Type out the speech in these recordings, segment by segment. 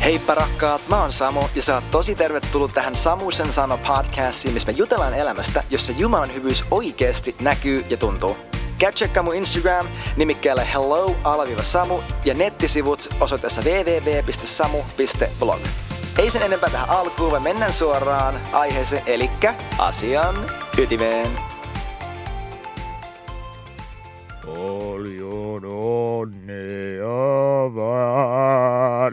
Heippa rakkaat, mä oon Samu ja sä oot tosi tervetullut tähän Samusen sano podcastiin, missä me jutellaan elämästä, jossa Jumalan hyvyys oikeesti näkyy ja tuntuu. Käy tsekkaa mun Instagram nimikkeellä hello_samu ja nettisivut osoitteessa www.samu.blog. Ei sen enempää tähän alkuun, vaan mennään suoraan aiheeseen, elikkä asian ytimeen. Paljon onnea vaan.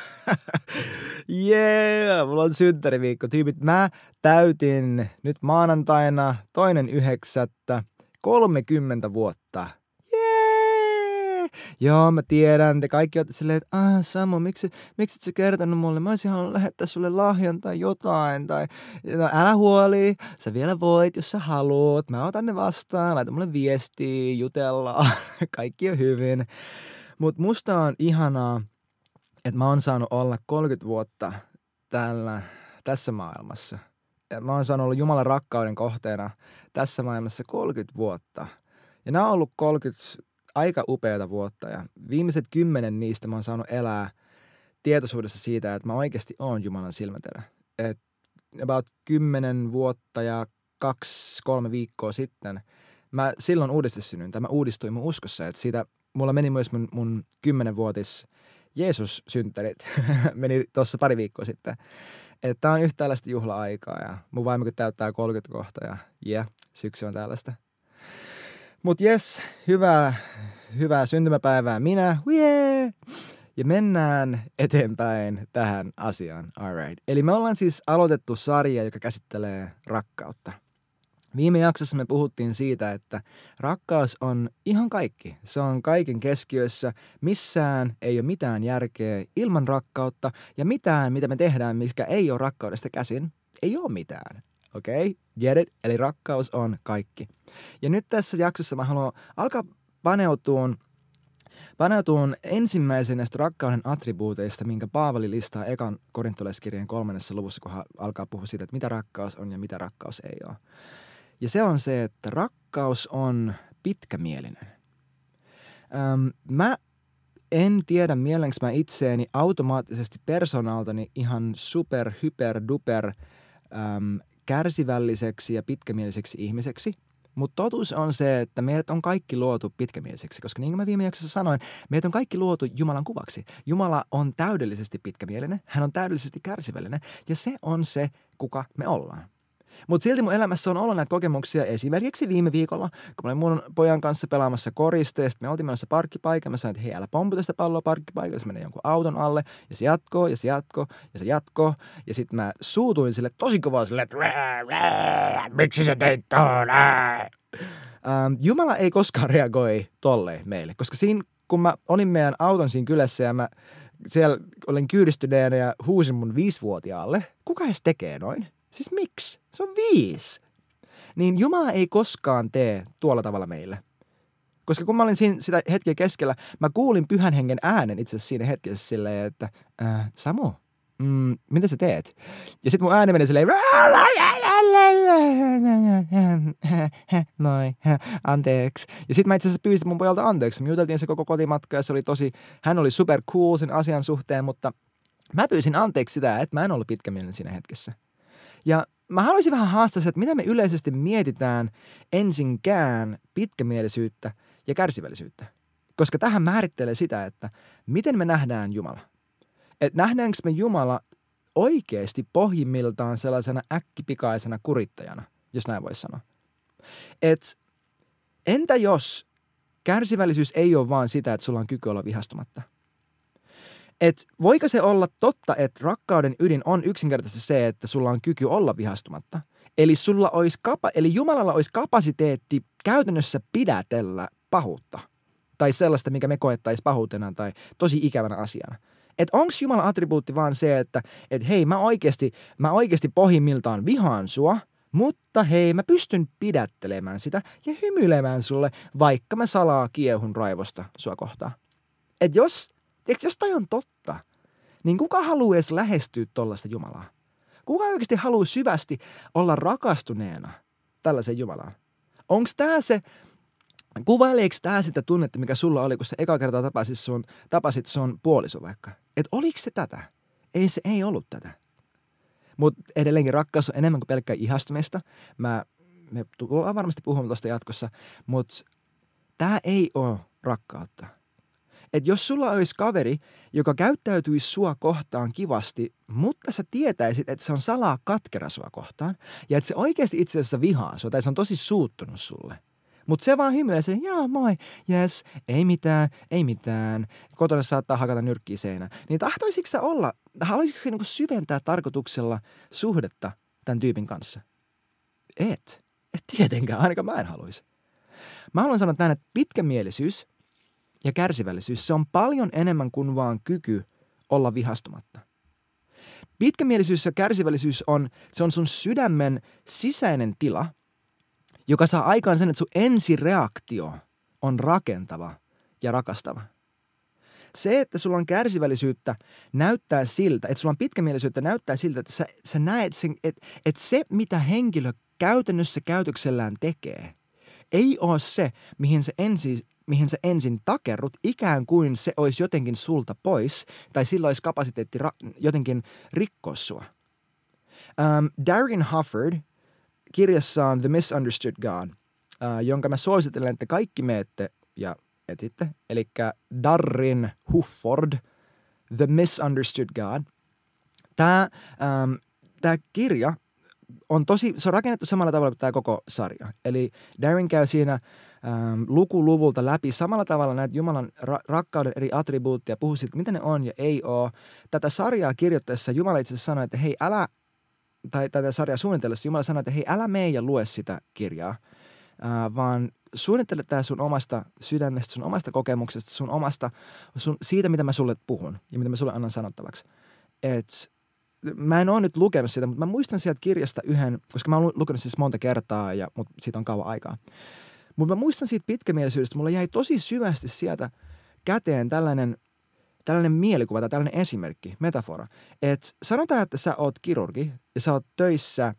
Yeah, mulla on synttäriviikko, tyypit. Mä täytin nyt maanantaina 2.9. 30 vuotta. Jee! Joo, mä tiedän, te kaikki ootte silleen, että Samu, miksi et sä kertonut mulle? Mä olisin halunnut lähettää sulle lahjan tai jotain. Tai no, älä huoli, sä vielä voit, jos sä haluut. Mä otan ne vastaan, laita mulle viestiä, jutellaan. Kaikki on hyvin. Mut musta on ihanaa, että mä oon saanut olla 30 vuotta tässä maailmassa. Ja mä oon saanut olla Jumalan rakkauden kohteena tässä maailmassa 30 vuotta. Ja nämä on ollut 30 aika upeata vuotta. Ja viimeiset 10 niistä mä oon saanut elää tietoisuudessa siitä, että mä oikeasti oon Jumalan silmäterä. Et about 10 vuotta ja 2-3 viikkoa sitten mä silloin uudistussynnyin, tai mä uudistuin mun uskossa. Että siitä mulla meni myös mun 10-vuotis Jeesus-synttärit meni tuossa pari viikkoa sitten. Että tää on yhtä tällaista juhla-aikaa ja mun vaimo täyttää 30 kohta ja syksy on tällaista. Mut jes, hyvää syntymäpäivää minä, ja mennään eteenpäin tähän asiaan, alright. Eli me ollaan siis aloitettu sarja, joka käsittelee rakkautta. Viime jaksossa me puhuttiin siitä, että rakkaus on ihan kaikki. Se on kaiken keskiössä. Missään ei ole mitään järkeä ilman rakkautta. Ja mitään, mitä me tehdään, mikä ei ole rakkaudesta käsin, ei ole mitään. Okei? Okay? Get it? Eli rakkaus on kaikki. Ja nyt tässä jaksossa mä haluan alkaa paneutuun ensimmäisen näistä rakkauden attribuuteista, minkä Paavali listaa ekan korintolaiskirjeen 3. luvussa, kun hän alkaa puhua siitä, että mitä rakkaus on ja mitä rakkaus ei ole. Ja se on se, että rakkaus on pitkämielinen. Mä en tiedä miellenkö mä itseäni automaattisesti persoonaltani ihan super, hyper, duper kärsivälliseksi ja pitkämieliseksi ihmiseksi. Mutta totuus on se, että meidät on kaikki luotu pitkämieliseksi, koska niin kuin mä viime jaksossa sanoin, meidät on kaikki luotu Jumalan kuvaksi. Jumala on täydellisesti pitkämielinen, hän on täydellisesti kärsivällinen ja se on se, kuka me ollaan. Mutta silti mun elämässä on ollut näitä kokemuksia esimerkiksi viime viikolla, kun mä olin mun pojan kanssa pelaamassa korista ja sitten me oltiin menossa parkkipaikalle. Mä sanoin, että hei, älä pomputa sitä palloa parkkipaikalle, se menee jonkun auton alle ja se jatkoo ja se jatkoo ja se jatkoo. Ja sitten mä suutuin sille tosi kovaa sille, että miksi sä teit tuon? Jumala ei koskaan reagoi tolleen meille, koska siinä kun mä olin meidän auton siinä kylässä ja mä siellä olin kyydistyneenä ja huusin mun 5-vuotiaalle, kuka edes tekee noin? Siis miksi? Se on 5. Niin Jumala ei koskaan tee tuolla tavalla meille. Koska kun mä olin siinä sitä hetkeä keskellä, mä kuulin Pyhän Hengen äänen itse asiassa siinä hetkessä silleen, että Samu, mitä sä teet? Ja sit mun ääni meni silleen, moi, anteeksi. Ja sit mä itse asiassa pyysin mun pojalta anteeksi. Me juteltiin se koko kotimatka ja se oli hän oli super cool sen asian suhteen, mutta mä pyysin anteeksi sitä, että mä en ollut pitkämielinen siinä hetkessä. Ja mä haluaisin vähän haastaa se, että mitä me yleisesti mietitään ensinkään pitkämielisyyttä ja kärsivällisyyttä. Koska tähän määrittelee sitä, että miten me nähdään Jumala. Että nähdäänkö me Jumala oikeasti pohjimmiltaan sellaisena äkkipikaisena kurittajana, jos näin voisi sanoa. Että entä jos kärsivällisyys ei ole vaan sitä, että sulla on kyky olla vihastumatta? Et voiko se olla totta, että rakkauden ydin on yksinkertaisesti se, että sulla on kyky olla vihastumatta? Eli Jumalalla olisi kapasiteetti käytännössä pidätellä pahuutta. Tai sellaista, mikä me koettaisiin pahuutena tai tosi ikävänä asiana. Että onko Jumalan attribuutti vaan se, että hei, mä oikeasti pohjimmiltaan vihaan sua, mutta hei, mä pystyn pidättelemään sitä ja hymyilemään sulle, vaikka mä salaa kiehun raivosta sua kohtaan. Että jos toi on totta, niin kuka haluaa edes lähestyä tollaista Jumalaa? Kuka oikeasti haluaa syvästi olla rakastuneena tällaisen Jumalaan? Onko tää se, kuvaileeko tää sitä tunnetta, mikä sulla oli, kun sä eka kertaa tapasit sun puoliso vaikka? Että oliko se tätä? Se ei ollut tätä. Mutta edelleenkin rakkaus on enemmän kuin pelkkää ihastumista. Me tullaan varmasti puhumaan tuosta jatkossa, mutta tämä ei ole rakkautta. Et jos sulla olisi kaveri, joka käyttäytyisi sua kohtaan kivasti, mutta sä tietäisit, että se on salaa katkera sua kohtaan, ja että se oikeasti itse asiassa vihaa sua, tai se on tosi suuttunut sulle. Mutta se vaan hymyilee sen, jaa moi, jes, ei mitään, kotona saattaa hakata nyrkkiä seinään. Niin tahtoisitko sä haluaisitko sä niinku syventää tarkoituksella suhdetta tämän tyypin kanssa? Et tietenkään, ainakaan mä en haluaisi. Mä haluan sanoa tämän, että pitkämielisyys ja kärsivällisyys, se on paljon enemmän kuin vaan kyky olla vihastumatta. Pitkämielisyys ja kärsivällisyys se on sun sydämen sisäinen tila, joka saa aikaan sen, että sun ensireaktio on rakentava ja rakastava. Se, että sulla on kärsivällisyyttä, näyttää siltä, että sulla on pitkämielisyyttä, näyttää siltä, että sä näet sen, että se, mitä henkilö käytännössä käytöksellään tekee, ei ole se, mihin sä ensin takerrut, ikään kuin se olisi jotenkin sulta pois, tai sillä olisi kapasiteetti jotenkin rikkoa sua. Darren Hufford kirjassaan The Misunderstood God, jonka mä suosittelen, että kaikki meette ja etitte, eli Darren Hufford, The Misunderstood God. Tämä kirja se on rakennettu samalla tavalla kuin tämä koko sarja. Eli Darren käy siinä luku luvulta läpi samalla tavalla näitä Jumalan rakkauden eri attribuutteja, puhuu siitä, mitä ne on ja ei ole. Tätä sarjaa kirjoittaessa Jumala itse asiassa sanoi, että hei tai tätä sarjaa suunnitellessa Jumala sanoi, että hei älä mene ja lue sitä kirjaa, vaan suunnittele tämä sun omasta sydämestä, sun omasta kokemuksesta, siitä, mitä mä sulle puhun ja mitä mä sulle annan sanottavaksi. Mä en ole nyt lukenut sitä, mutta mä muistan sieltä kirjasta yhden, koska mä oon lukenut siis monta kertaa, mutta siitä on kauan aikaa. Mutta mä muistan siitä pitkämielisyydestä, mulla jäi tosi syvästi sieltä käteen tällainen mielikuva tai tällainen esimerkki, metafora. Että sanotaan, että sä oot kirurgi ja sä oot töissä,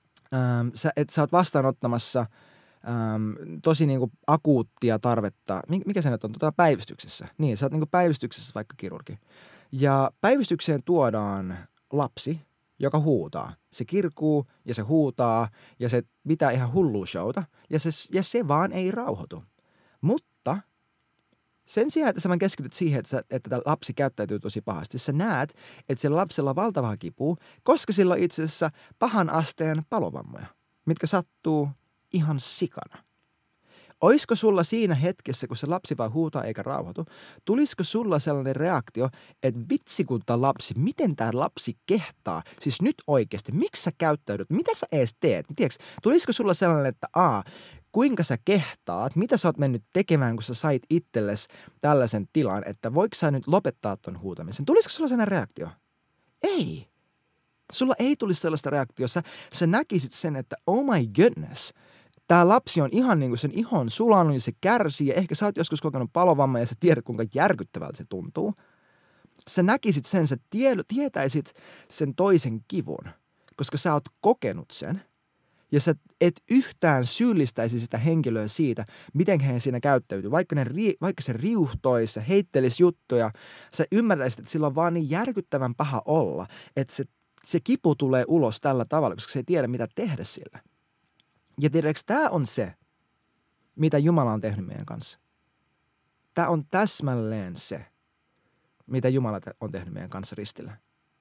sä oot vastaanottamassa tosi niinku akuuttia tarvetta. Mikä se nyt on? Päivystyksessä. Niin, sä oot niinku päivystyksessä vaikka kirurgi. Ja päivystykseen tuodaan lapsi, joka huutaa. Se kirkuu ja se huutaa ja se pitää ihan hullua showta ja se vaan ei rauhoitu. Mutta sen sijaan, että sä vaan keskityt siihen, että tämä lapsi käyttäytyy tosi pahasti, sä näet, että sillä lapsella on valtavaa kipua, koska sillä on itse asiassa pahan asteen palovammoja, mitkä sattuu ihan sikana. Oisko sulla siinä hetkessä, kun se lapsi vaan huutaa eikä rauhoitu, tulisiko sulla sellainen reaktio, että vitsi kun tämä lapsi, miten tämä lapsi kehtaa? Siis nyt oikeasti, miksi sä käyttäydyt? Mitä sä edes teet? Tiedätkö, tulisiko sulla sellainen, että kuinka sä kehtaat? Mitä sä oot mennyt tekemään, kun sä sait itsellesi tällaisen tilan, että voiko sä nyt lopettaa ton huutamisen? Tulisiko sulla sellainen reaktio? Ei. Sulla ei tulisi sellaista reaktioa. Sä näkisit sen, että oh my goodness, tämä lapsi on ihan niin kuin sen ihon sulanut ja se kärsii ja ehkä sä oot joskus kokenut palovamman ja sä tiedät, kuinka järkyttävältä se tuntuu. Sä näkisit sen, sä tietäisit sen toisen kivun, koska sä oot kokenut sen ja sä et yhtään syyllistäisi sitä henkilöä siitä, miten hän siinä käyttäytyy. Vaikka se riuhtoisi, se heittelisi juttuja, sä ymmärtäisit, että sillä on vaan niin järkyttävän paha olla, että se kipu tulee ulos tällä tavalla, koska se ei tiedä, mitä tehdä sillä. Ja tiedätkö, tämä on se, mitä Jumala on tehnyt meidän kanssa. Tämä on täsmälleen se, mitä Jumala on tehnyt meidän kanssa ristillä.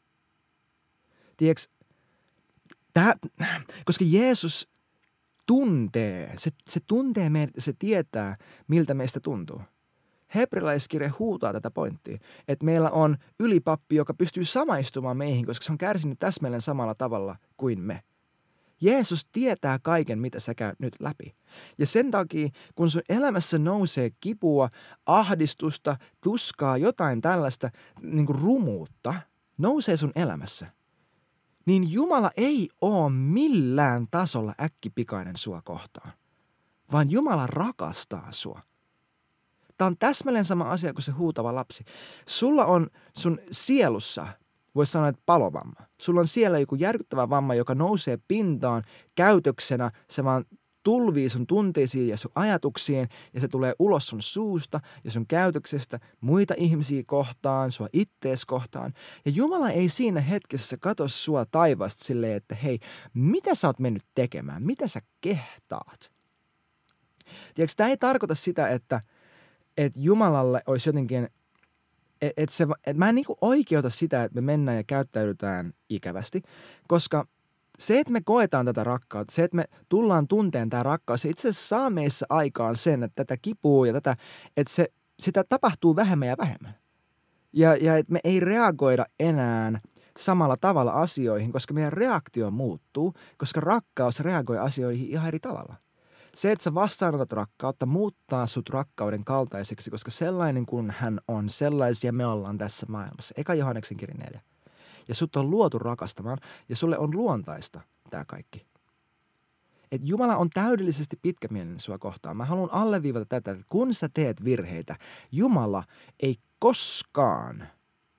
Tiedätkö, koska Jeesus tuntee, se tuntee meidät, se tietää, miltä meistä tuntuu. Hebrealaiskirja huutaa tätä pointtia, että meillä on ylipappi, joka pystyy samaistumaan meihin, koska se on kärsinyt täsmälleen samalla tavalla kuin me. Jeesus tietää kaiken, mitä sä käyt nyt läpi. Ja sen takia, kun sun elämässä nousee kipua, ahdistusta, tuskaa, jotain tällaista niin kuin rumuutta, nousee sun elämässä, niin Jumala ei ole millään tasolla äkkipikainen sua kohtaan, vaan Jumala rakastaa sua. Tämä on täsmälleen sama asia kuin se huutava lapsi. Sulla on sun sielussa, voisi sanoa, että palovamma. Sulla on siellä joku järkyttävä vamma, joka nousee pintaan käytöksenä. Se vaan tulvii sun tunteisiin ja sun ajatuksiin ja se tulee ulos sun suusta ja sun käytöksestä muita ihmisiä kohtaan, sua ittees kohtaan. Ja Jumala ei siinä hetkessä katso sua taivaasta silleen, että hei, mitä sä oot mennyt tekemään? Mitä sä kehtaat? Tiedätkö, tämä ei tarkoita sitä, että Jumalalle olisi jotenkin, että mä en niinku oikeuta sitä, että me mennään ja käyttäydytään ikävästi, koska se, että me koetaan tätä rakkautta, se, että me tullaan tunteen tämä rakkaus, se itse asiassa saa meissä aikaan sen, että tätä kipua ja tätä, että sitä tapahtuu vähemmän ja vähemmän. Ja että me ei reagoida enää samalla tavalla asioihin, koska meidän reaktio muuttuu, koska rakkaus reagoi asioihin ihan eri tavalla. Se, että sä vastaanotat rakkautta, muuttaa sut rakkauden kaltaiseksi, koska sellainen kuin hän on, sellaisia me ollaan tässä maailmassa. Eka Johanneksen kirja 4. Ja sut on luotu rakastamaan ja sulle on luontaista tämä kaikki. Et Jumala on täydellisesti pitkämielinen sua kohtaan. Mä haluan alleviivata tätä, että kun sä teet virheitä, Jumala ei koskaan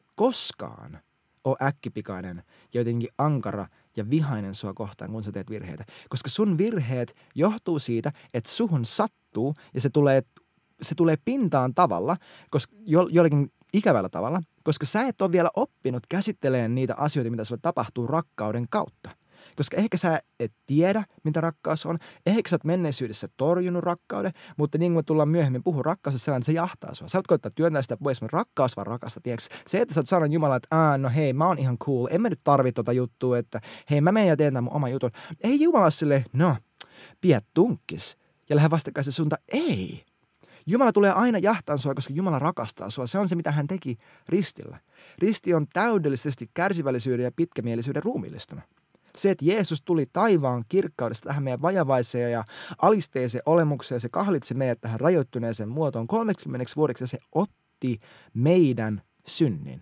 ole äkkipikainen ja jotenkin ankara ja vihainen sua kohtaan, kun sä teet virheitä. Koska sun virheet johtuu siitä, että suhun sattuu ja se tulee pintaan tavalla, koska jollakin ikävällä tavalla, koska sä et ole vielä oppinut käsittelemään niitä asioita, mitä sulle tapahtuu rakkauden kautta. Koska ehkä sä et tiedä, mitä rakkaus on. Ehkä sä oot menneisyydessä torjunut rakkauden, mutta niin kuin me tullaan myöhemmin puhua, rakkaus on sellainen, että se jahtaa sua. Sä oot koittaa työntää sitä pois, mutta rakkaus vaan rakasta, tiedätkö? Se, että sä oot sanonut Jumalalle, että no hei, mä oon ihan cool, en mä nyt tarvitse tota juttua, että hei, mä menen ja teen tämän mun oman jutun. Ei Jumala ole silleen, no, pidä tunkkis ja lähde vastakkaisen suuntaan. Ei. Jumala tulee aina jahtaan sua, koska Jumala rakastaa sua. Se on se, mitä hän teki ristillä. Risti on täydellisesti kärsivällisyyden ja pitkämielisyyden ruumiillistuma. Se, että Jeesus tuli taivaan kirkkaudesta tähän meidän vajavaiseen ja alisteiseen olemukseen, se kahlitsi meidät tähän rajoittuneeseen muotoon 30 vuodeksi ja se otti meidän synnin.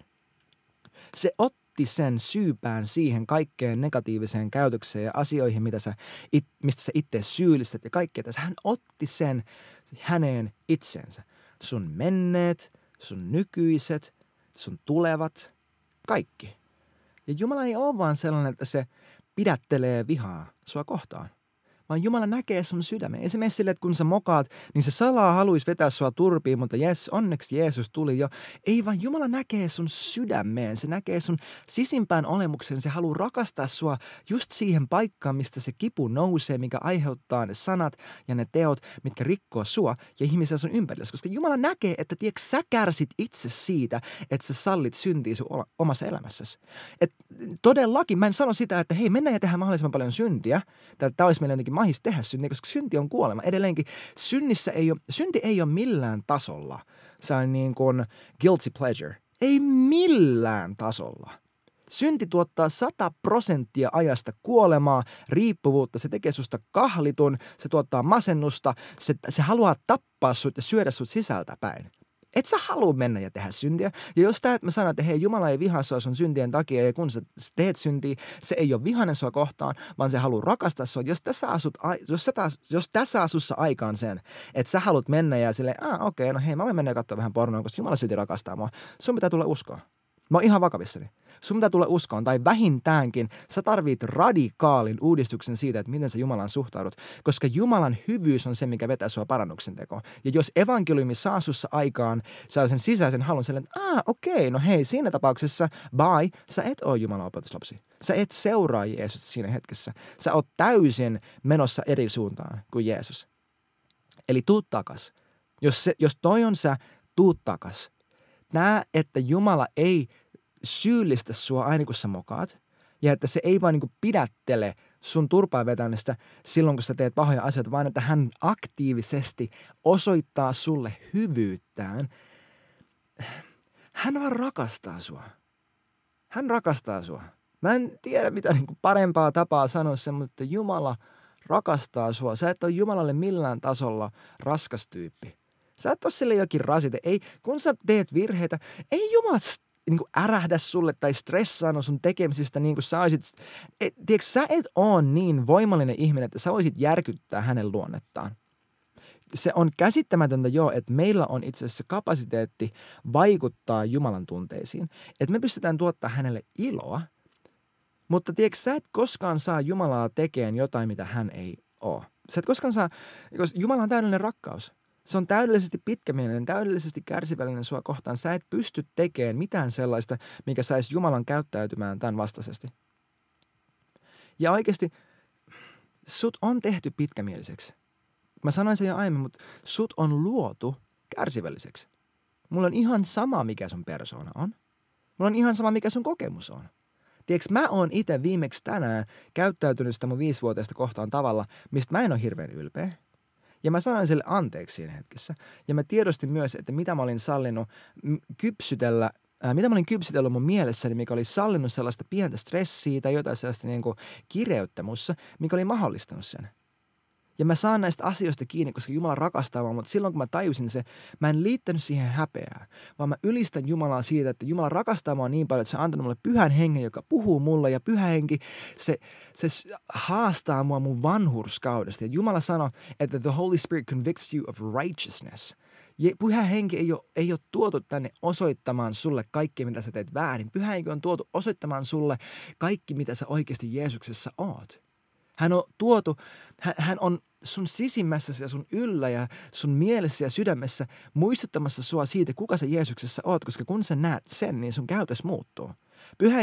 Se otti sen syypään siihen kaikkeen negatiiviseen käytökseen ja asioihin, mistä sä itse syyllistät ja kaikkea tässä. Hän otti sen häneen itseensä. Sun menneet, sun nykyiset, sun tulevat, kaikki. Ja Jumala ei ole vaan sellainen, että se pidättelee vihaa sua kohtaan, vaan Jumala näkee sun sydämen. Ei se mene silleen, että kun sä mokaat, niin se salaa haluaisi vetää sua turpiin, mutta jes, onneksi Jeesus tuli jo. Ei vaan Jumala näkee sun sydämeen, se näkee sun sisimpään olemuksen, se haluaa rakastaa sua just siihen paikkaan, mistä se kipu nousee, mikä aiheuttaa ne sanat ja ne teot, mitkä rikkoo sua ja ihmisiä sun ympärillä. Koska Jumala näkee, että tiedätkö, sä kärsit itse siitä, että sä sallit syntiä sun omassa elämässäsi. Et todellakin, mä en sano sitä, että hei, mennään ja tehdään mahdollisimman paljon syntiä, tai tämä olisi meille jotenkin mahis tehdä syntiä, koska synti on kuolema. Edelleenkin synti ei ole millään tasolla. Se on niin kuin guilty pleasure. Ei millään tasolla. Synti tuottaa 100% ajasta kuolemaa, riippuvuutta, se tekee susta kahlitun, se tuottaa masennusta, se haluaa tappaa sut ja syödä sut sisältä päin. Et sä halua mennä ja tehdä syntiä. Ja jos tää, että mä sanon, että hei, Jumala ei vihaa sua sun syntien takia ja kun sä teet syntiä, se ei ole vihainen sua kohtaan, vaan se haluaa rakastaa sua. Jos tässä asussa aikaan sen, että sä haluat mennä ja silleen, okei, no hei, mä voin mennä ja katsoa vähän pornoa, koska Jumala silti rakastaa mua. Sun pitää tulla uskoa. Mä oon ihan vakavissani. Sun pitää tulla uskoon, tai vähintäänkin sä tarvit radikaalin uudistuksen siitä, että miten sä Jumalan suhtaudut, koska Jumalan hyvyys on se, mikä vetää sua parannuksen tekoon. Ja jos evankeliumi saa sussa aikaan sellaisen sisäisen halun, että okei, no hei, siinä tapauksessa, bye, sä et ole Jumalan opetuslapsi. Sä et seuraa Jeesusta siinä hetkessä. Sä oot täysin menossa eri suuntaan kuin Jeesus. Eli tuu takas. Jos toi on sä, tuu takas. Nää, että Jumala ei syyllistä sua aina kun sä mokaat ja että se ei vaan niin kuin pidättele sun turpaa vetämistä silloin kun sä teet pahoja asioita, vaan että hän aktiivisesti osoittaa sulle hyvyyttään. Hän vaan rakastaa sua. Hän rakastaa sua. Mä en tiedä mitä niin kuin parempaa tapaa sanoa sen, mutta Jumala rakastaa sua. Sä et ole Jumalalle millään tasolla raskas tyyppi. Sä et ole sille jokin rasite. Ei, kun sä teet virheitä, ei Jumala niin kuin ärähdä sulle tai stressaa sun tekemisistä niin kuin sä olisit. Tiedätkö, sä et ole niin voimallinen ihminen, että sä voisit järkyttää hänen luonnettaan. Se on käsittämätöntä että meillä on itse asiassa kapasiteetti vaikuttaa Jumalan tunteisiin. Että me pystytään tuottaa hänelle iloa, mutta tiedätkö, sä et koskaan saa Jumalaa tekemään jotain, mitä hän ei ole. Sä et koskaan saa, koska Jumala on täydellinen rakkaus. Se on täydellisesti pitkämielinen, täydellisesti kärsivällinen sua kohtaan. Sä et pysty tekemään mitään sellaista, mikä saisi Jumalan käyttäytymään tämän vastaisesti. Ja oikeasti sut on tehty pitkämieliseksi. Mä sanoin sen jo aiemmin, mutta sut on luotu kärsivälliseksi. Mulla on ihan sama, mikä sun persoona on. Mulla on ihan sama, mikä sun kokemus on. Tiedätkö, mä oon itse viimeksi tänään käyttäytynyt sitä mun 5-vuotiaista kohtaan tavalla, mistä mä en ole hirveän ylpeä. Ja mä sanoin sille anteeksi siinä hetkessä. Ja mä tiedostin myös, että mitä mä olin sallinut kypsytellyt mun mielessäni, mikä oli sallinut sellaista pientä stressiä tai jotain sellaista niin kuin kireyttä mussa, mikä oli mahdollistanut sen. Ja mä saan näistä asioista kiinni, koska Jumala rakastaa mua, mutta silloin kun mä tajusin se, mä en liittänyt siihen häpeää, vaan mä ylistän Jumalaa siitä, että Jumala rakastaa mua niin paljon, että se on antanut mulle pyhän hengen, joka puhuu mulle, ja pyhä henki, se haastaa mua mun vanhurskaudesta. Ja Jumala sanoi, että the Holy Spirit convicts you of righteousness. Ja pyhä henki ei ole tuotu tänne osoittamaan sulle kaikki, mitä sä teet väärin. Pyhä henki on tuotu osoittamaan sulle kaikki, mitä sä oikeasti Jeesuksessa oot. Hän on sun sisimmässä ja sun yllä ja sun mielessä ja sydämessä muistuttamassa sua siitä, kuka sä Jeesuksessa oot, koska kun sä näet sen, niin sun käytös muuttuu. Pyhä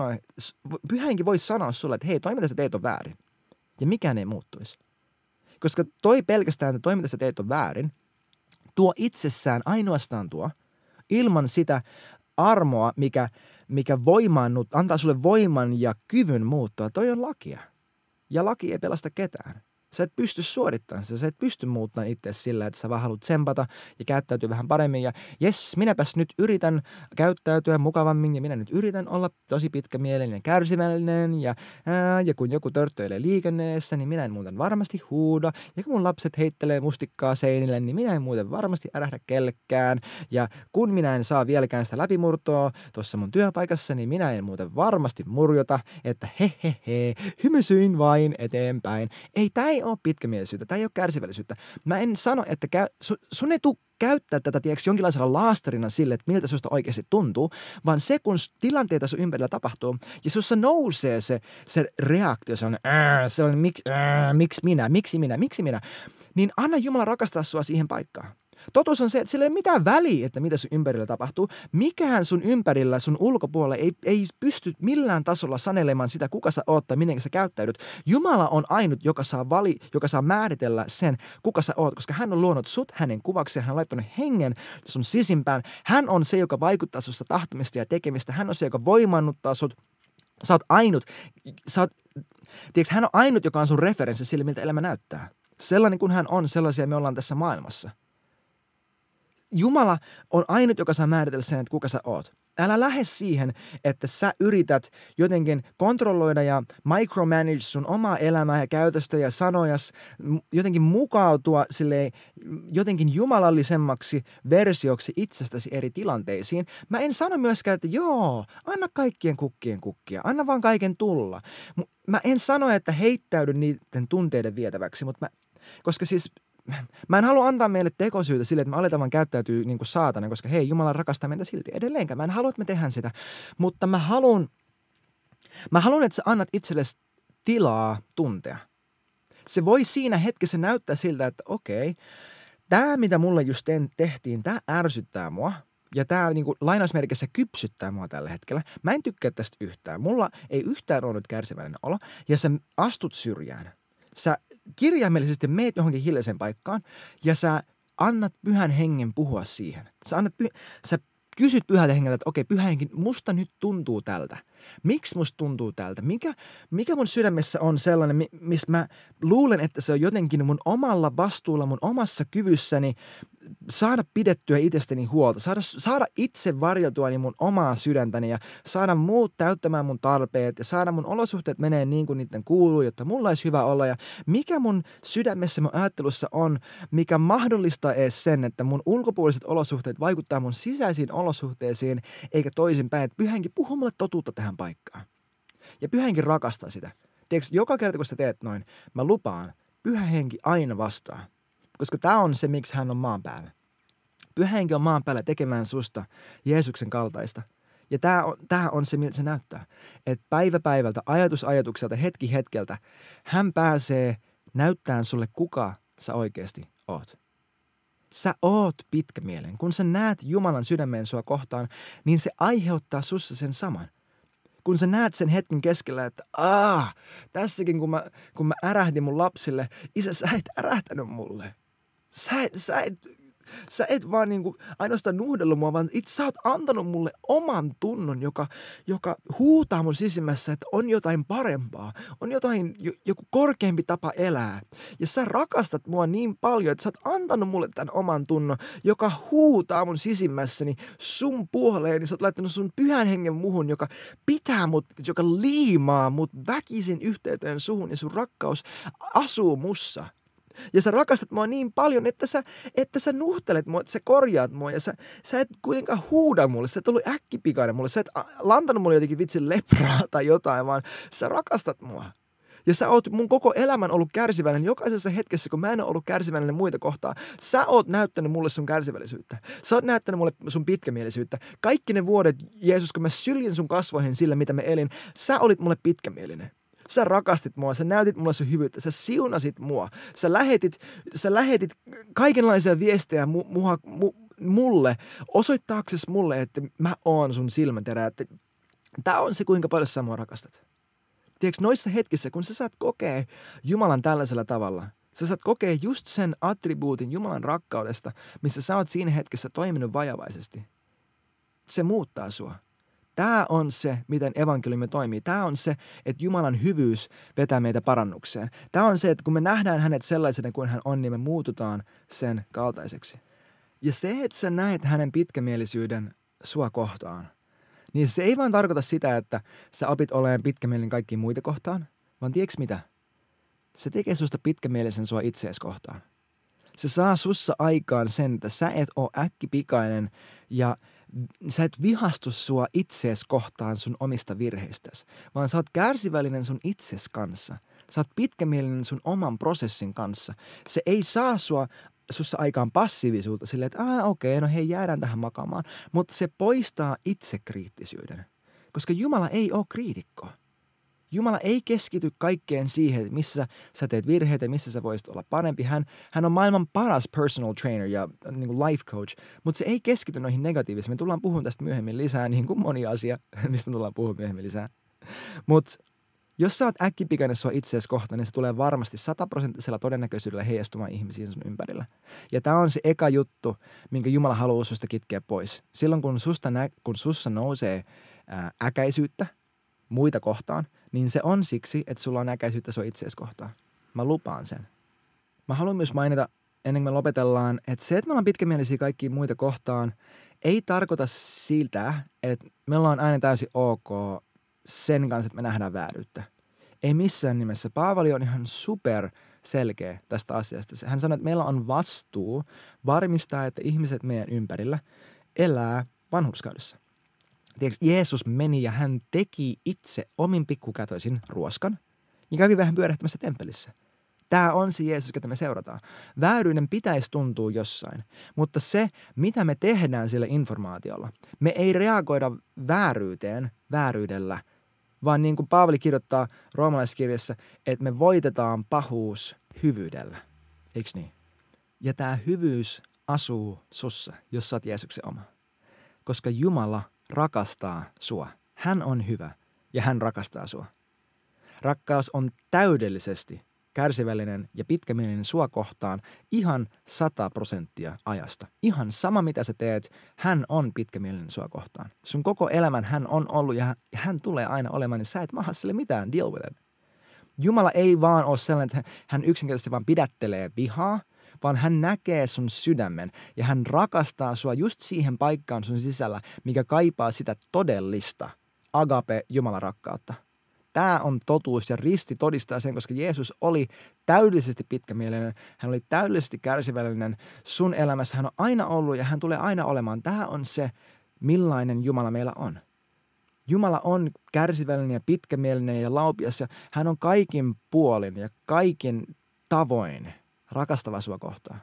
henki voisi sanoa sulle, että hei, toi mitä sä teet on väärin. Ja mikään ei muuttuisi. Koska pelkästään, että toi mitä sä teet on väärin, tuo itsessään ainoastaan ilman sitä armoa, mikä antaa sulle voiman ja kyvyn muuttua. Toi on lakia. Ja laki ei pelasta ketään. Sä et pysty suorittamaan sitä. Sä et pysty muuttamaan itseäsi sillä, että sä vaan haluat tsempata ja käyttäytyä vähän paremmin. Ja jes, minäpäs nyt yritän käyttäytyä mukavammin ja minä nyt yritän olla tosi pitkämielinen ja kärsivällinen. Ja kun joku törttöilee liikenneessä, niin minä en muuten varmasti huuda. Ja kun mun lapset heittelee mustikkaa seinille, niin minä en muuten varmasti ärähdä kellekään. Ja kun minä en saa vieläkään sitä läpimurtoa tuossa mun työpaikassa, niin minä en muuten varmasti murjota, että hymysyin vain eteenpäin. Tää ei ole pitkämielisyyttä, tämä ei ole kärsivällisyyttä. Mä en sano, että sun ei tule käyttää tätä jonkinlaisella laastarina sille, että miltä susta oikeasti tuntuu, vaan se, kun tilanteita sun ympärillä tapahtuu ja sussa nousee se reaktio, sellainen miksi minä, niin anna Jumala rakastaa sua siihen paikkaan. Totuus on se, että sillä ei ole mitään väliä, että mitä sun ympärillä tapahtuu. Mikään sun ympärillä, sun ulkopuolella ei pysty millään tasolla sanelemaan sitä, kuka sä oot tai miten sä käyttäydyt. Jumala on ainut, joka saa määritellä sen, kuka sä oot, koska hän on luonut sut hänen kuvakseen, hän on laittanut hengen sun sisimpään. Hän on se, joka vaikuttaa susta tahtomista ja tekemistä. Hän on se, joka voimannuttaa sut. Sä oot ainut. Tiedätkö, hän on ainut, joka on sun referenssi sille, miltä elämä näyttää. Sellainen kuin hän on, sellaisia me ollaan tässä maailmassa. Jumala on ainut, joka saa määritellä sen, että kuka sä oot. Älä lähde siihen, että sä yrität jotenkin kontrolloida ja micromanage sun omaa elämää ja käytöstä ja sanojas, jotenkin mukautua silleen jotenkin jumalallisemmaksi versioksi itsestäsi eri tilanteisiin. Mä en sano myöskään, että joo, anna kaikkien kukkien kukkia, anna vaan kaiken tulla. Mä en sano, että heittäydy niiden tunteiden vietäväksi, koska siis mä en halua antaa meille tekosyytä sille, että me aletaan vaan käyttäytyä niin kuin saatana, koska hei, Jumala rakastaa meitä silti edelleenkään. Mä en halua, että me tehdään sitä, mutta mä haluan, että sä annat itsellesi tilaa tuntea. Se voi siinä hetkessä näyttää siltä, että okei, tämä mitä mulle just tehtiin, tämä ärsyttää mua. Ja tämä niin kuin lainausmerkissä kypsyttää mua tällä hetkellä. Mä en tykkää tästä yhtään. Mulla ei yhtään ole nyt kärsivällinen olo. Ja sä astut syrjään. Sä kirjaimellisesti meet johonkin hiljaiseen paikkaan ja sä annat pyhän hengen puhua siihen. Sä kysyt pyhältä hengeltä, että okei, pyhä henki, musta nyt tuntuu tältä. Miksi musta tuntuu tältä? Mikä mun sydämessä on sellainen, missä mä luulen, että se on jotenkin mun omalla vastuulla, mun omassa kyvyssäni saada pidettyä itsestäni huolta, saada itse varjeltua mun omaa sydäntäni ja saada muut täyttämään mun tarpeet ja saada mun olosuhteet menee niin kuin niiden kuuluu, jotta mulla olisi hyvä olla. Ja mikä mun sydämessä, mun ajattelussa on, mikä mahdollistaa edes sen, että mun ulkopuoliset olosuhteet vaikuttaa mun sisäisiin olosuhteisiin eikä toisinpäin. Että pyhä henki puhuu mulle totuutta tähän paikkaan. Ja pyhä henki rakastaa sitä. Tiedätkö, joka kerta kun sä teet noin, mä lupaan, pyhä henki aina vastaa. Koska tämä on se, miksi hän on maan päällä. Pyhä henki on maan päällä tekemään susta Jeesuksen kaltaista. Ja tämä on se, miltä se näyttää. Että päivä päivältä, ajatus ajatukselta, hetki hetkeltä, hän pääsee näyttää sulle, kuka sä oikeasti oot. Sä oot pitkämielinen. Kun sä näet Jumalan sydämeen sua kohtaan, niin se aiheuttaa sussa sen saman. Kun sä näet sen hetken keskellä, että tässäkin kun mä ärähdin mun lapsille, isä, sä et ärähtänyt mulle. Sä et vaan niinku ainoastaan nuhdellut mua, vaan itse sä oot antanut mulle oman tunnon, joka huutaa mun sisimmässä, että on jotain parempaa. On joku korkeampi tapa elää. Ja sä rakastat mua niin paljon, että sä oot antanut mulle tämän oman tunnon, joka huutaa mun sisimmässäni sun puoleen. Niin sä oot laittanut sun pyhän hengen muhun, joka pitää mut, joka liimaa mut väkisin yhteyteen suhun. Ja sun rakkaus asuu mussa. Ja sä rakastat mua niin paljon, että sä nuhtelet mua, että sä korjaat mua ja sä et kuitenkaan huuda mulle, sä et ollut äkkipikainen mulle, sä et lantanut mulle jotenkin vitsin lepraa tai jotain, vaan sä rakastat mua. Ja sä oot mun koko elämän ollut kärsivällinen. Jokaisessa hetkessä, kun mä en ole ollut kärsivällinen muita kohtaan, sä oot näyttänyt mulle sun kärsivällisyyttä. Sä oot näyttänyt mulle sun pitkämielisyyttä. Kaikki ne vuodet, Jeesus, kun mä syljin sun kasvoihin sillä, mitä mä elin, sä olit mulle pitkämielinen. Sä rakastit mua, sä näytit mulle sun hyvyyttä, sä siunasit mua. Sä lähetit kaikenlaisia viestejä mulle, osoittaaksesi mulle, että mä oon sun silmäterä. Tää on se, kuinka paljon sä mua rakastat. Tiedätkö, noissa hetkissä, kun sä saat kokea Jumalan tällaisella tavalla, sä saat kokea just sen attribuutin Jumalan rakkaudesta, missä sä oot siinä hetkessä toiminut vajavaisesti. Se muuttaa sua. Tämä on se, miten evankeliumi toimii. Tämä on se, että Jumalan hyvyys vetää meitä parannukseen. Tämä on se, että kun me nähdään hänet sellaisena kuin hän on, niin me muututaan sen kaltaiseksi. Ja se, että sä näet hänen pitkämielisyyden sua kohtaan, niin se ei vaan tarkoita sitä, että sä opit olemaan pitkämielinen kaikkiin muita kohtaan, vaan tiedätkö mitä? Se tekee susta pitkämielisen sua itseesi kohtaan. Se saa sussa aikaan sen, että sä et ole äkkipikainen ja sä et vihastu sua itseesi kohtaan sun omista virheistäsi, vaan sä oot kärsivällinen sun itses kanssa. Sä oot pitkämielinen sun oman prosessin kanssa. Se ei saa sussa aikaan passiivisuutta silleen, että okei, no hei, jäädään tähän makaamaan. Mutta se poistaa itsekriittisyyden, koska Jumala ei ole kriitikko. Jumala ei keskity kaikkeen siihen, missä sä teet virheitä, missä sä voisit olla parempi. Hän on maailman paras personal trainer ja niin kuin life coach, mutta se ei keskity noihin negatiivisiin. Me tullaan puhumaan tästä myöhemmin lisää, niin kuin moni asia, mistä tullaan puhumaan myöhemmin lisää. Mutta jos sä oot äkkipikainen sua itseäsi kohtaan, niin se tulee varmasti 100% todennäköisyydellä heijastumaan ihmisiin sun ympärillä. Ja tää on se eka juttu, minkä Jumala haluaa susta kitkeä pois. Silloin kun sussa nousee äkäisyyttä muita kohtaan, niin se on siksi, että sulla on äkäisyyttä sua itseäsi kohtaan. Mä lupaan sen. Mä haluan myös mainita, ennen kuin me lopetellaan, että se, että me ollaan pitkämielisiä kaikkia muita kohtaan, ei tarkoita siltä, että meillä on aina täysin ok sen kanssa, että me nähdään vääryyttä. Ei missään nimessä. Paavali on ihan super selkeä tästä asiasta. Hän sanoi, että meillä on vastuu varmistaa, että ihmiset meidän ympärillä elää vanhurskaudessa. Tiedätkö, Jeesus meni ja hän teki itse omin pikkukätöisin ruoskan ja kävi vähän pyörähtämässä temppelissä. Tämä on se Jeesus, jota me seurataan. Vääryyden pitäisi tuntua jossain, mutta se, mitä me tehdään sillä informaatiolla, me ei reagoida vääryyteen vääryydellä, vaan niin kuin Paavali kirjoittaa roomalaiskirjassa, että me voitetaan pahuus hyvyydellä. Eikö niin? Ja tämä hyvyys asuu sussa, jos sä oot Jeesuksen oma. Koska Jumala rakastaa sua. Hän on hyvä ja hän rakastaa sua. Rakkaus on täydellisesti kärsivällinen ja pitkämielinen sua kohtaan ihan 100% ajasta. Ihan sama mitä sä teet, hän on pitkämielinen sua kohtaan. Sun koko elämän hän on ollut ja hän tulee aina olemaan, niin sä et maha sille mitään, deal with it. Jumala ei vaan ole sellainen, että hän yksinkertaisesti vaan pidättelee vihaa, vaan hän näkee sun sydämen ja hän rakastaa sua just siihen paikkaan sun sisällä, mikä kaipaa sitä todellista agape Jumalan rakkautta. Tämä on totuus ja risti todistaa sen, koska Jeesus oli täydellisesti pitkämielinen, hän oli täydellisesti kärsivällinen sun elämässä, hän on aina ollut ja hän tulee aina olemaan. Tämä on se, millainen Jumala meillä on. Jumala on kärsivällinen ja pitkämielinen ja laupias ja hän on kaikin puolin ja kaikin tavoin rakastava sua kohtaan.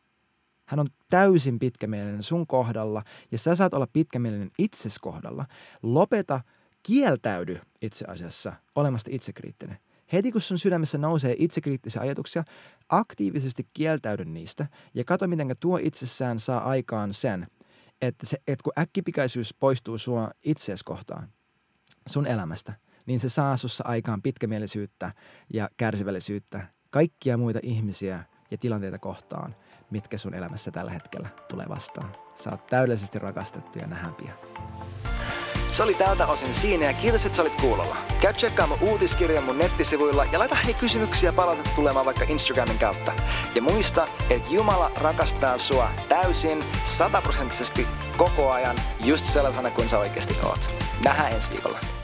Hän on täysin pitkämielinen sun kohdalla ja sä saat olla pitkämielinen itses kohdalla. Kieltäydy itse asiassa olemasta itsekriittinen. Heti kun sun sydämessä nousee itsekriittisiä ajatuksia, aktiivisesti kieltäydy niistä ja katso, miten tuo itsessään saa aikaan sen, että kun äkkipikaisuus poistuu sua itseesi kohtaan, sun elämästä, niin se saa sussa aikaan pitkämielisyyttä ja kärsivällisyyttä kaikkia muita ihmisiä ja tilanteita kohtaan, mitkä sun elämässä tällä hetkellä tulee vastaan. Sä oot täydellisesti rakastettu ja nähdään pian. Se oli tältä osin siinä ja kiitos, että sä olit kuulolla. Käy tsekkaamaan uutiskirjan mun nettisivuilla ja laita kysymyksiä ja palautetta tulemaan vaikka Instagramin kautta. Ja muista, että Jumala rakastaa sua täysin, 100% koko ajan, just sellaisena kuin sä oikeasti oot. Nähdään ensi viikolla.